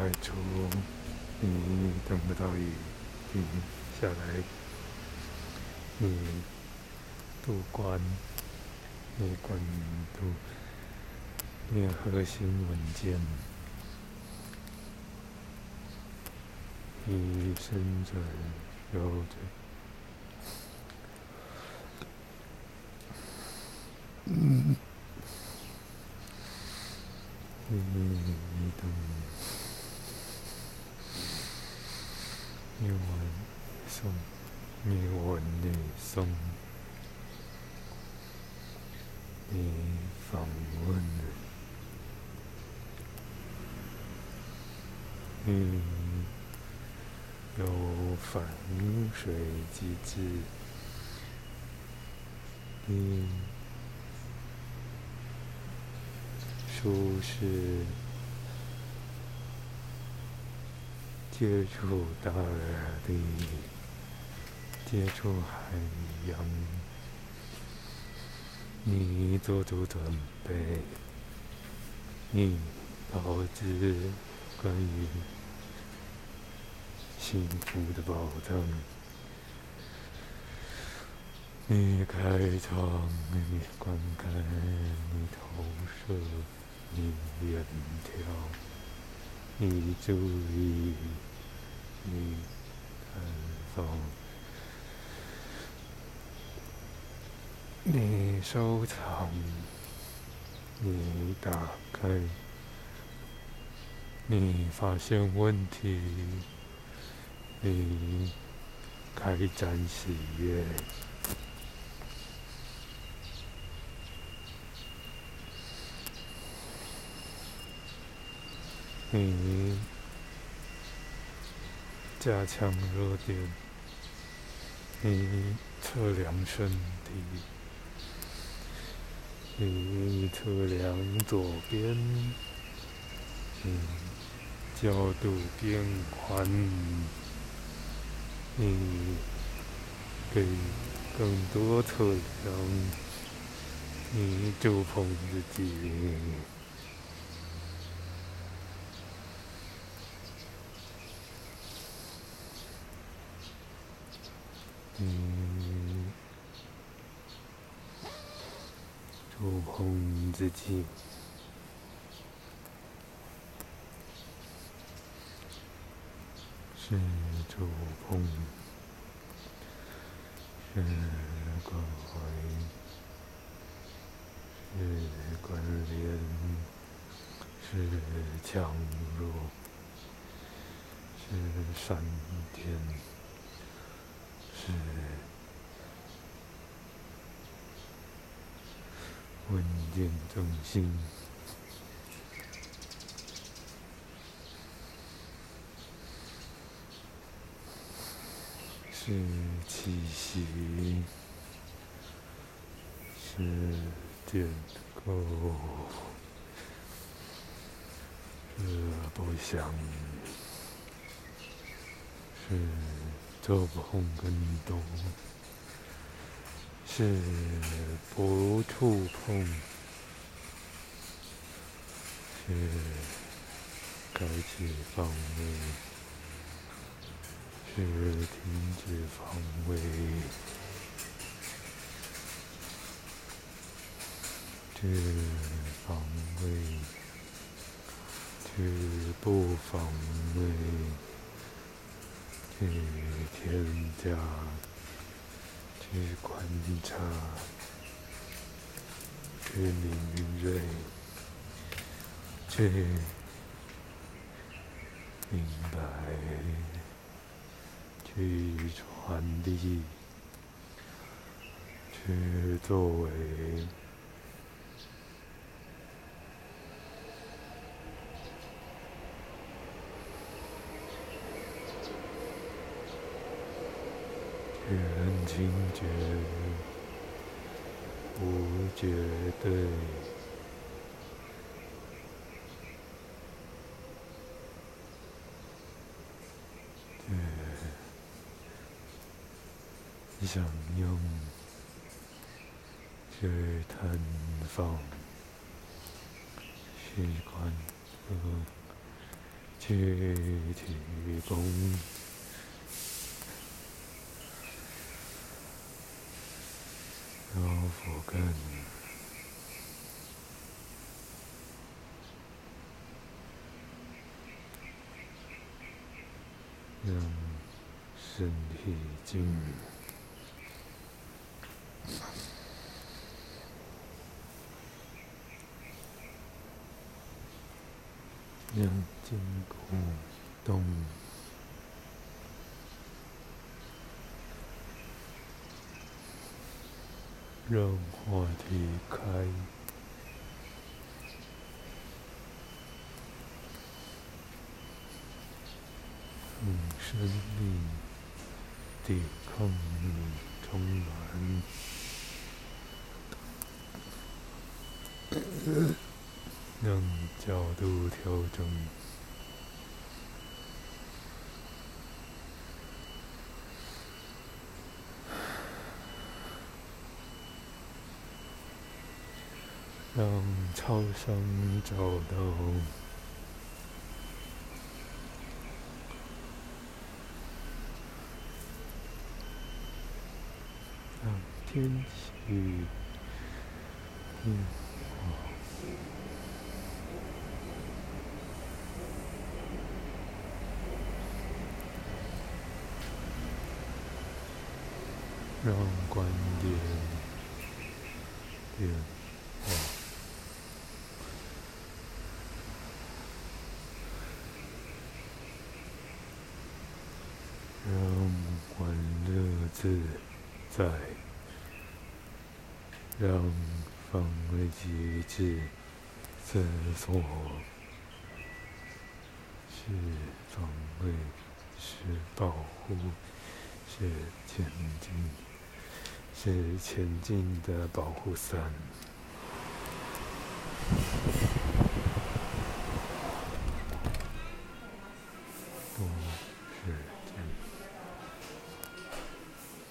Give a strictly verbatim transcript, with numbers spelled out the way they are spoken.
外出，你等不到雨停下来，你不关，你关注你的核心文件，你伸着揉着，嗯，你等，你稳松，你稳你松，你放稳，你有反水机制，你舒适接触大地，接触海洋，你做出准备，你保持关于幸福的保障，你开窗，你观看，你投射，你远眺，你注意，你探访，你收藏，你打开，你发现问题，你开展喜悦，你加强热点，你测量身体，你测量左边，你角度变宽，你给更多测量，你触碰自己，你触碰自己，是触碰，是关怀，是关联，是强弱，是闪电，是稳健中心，是气息，是结构，是不想，是做碰更多，是不触碰，是开启防卫，是停止防卫，是防卫，是不防卫，是添加，是观察，是敏锐，去明白，去传递，去作为，去很清觉，无绝对。想用去探访、习惯和去去提供老佛根，让身体静，让筋骨动，让话题开，让生命抵抗力充满。让角度调整，让超商找到让天气变化，让观点变化，让欢乐自在，让防卫机制厕所是防卫，是保护，是前进，是前进的保护伞。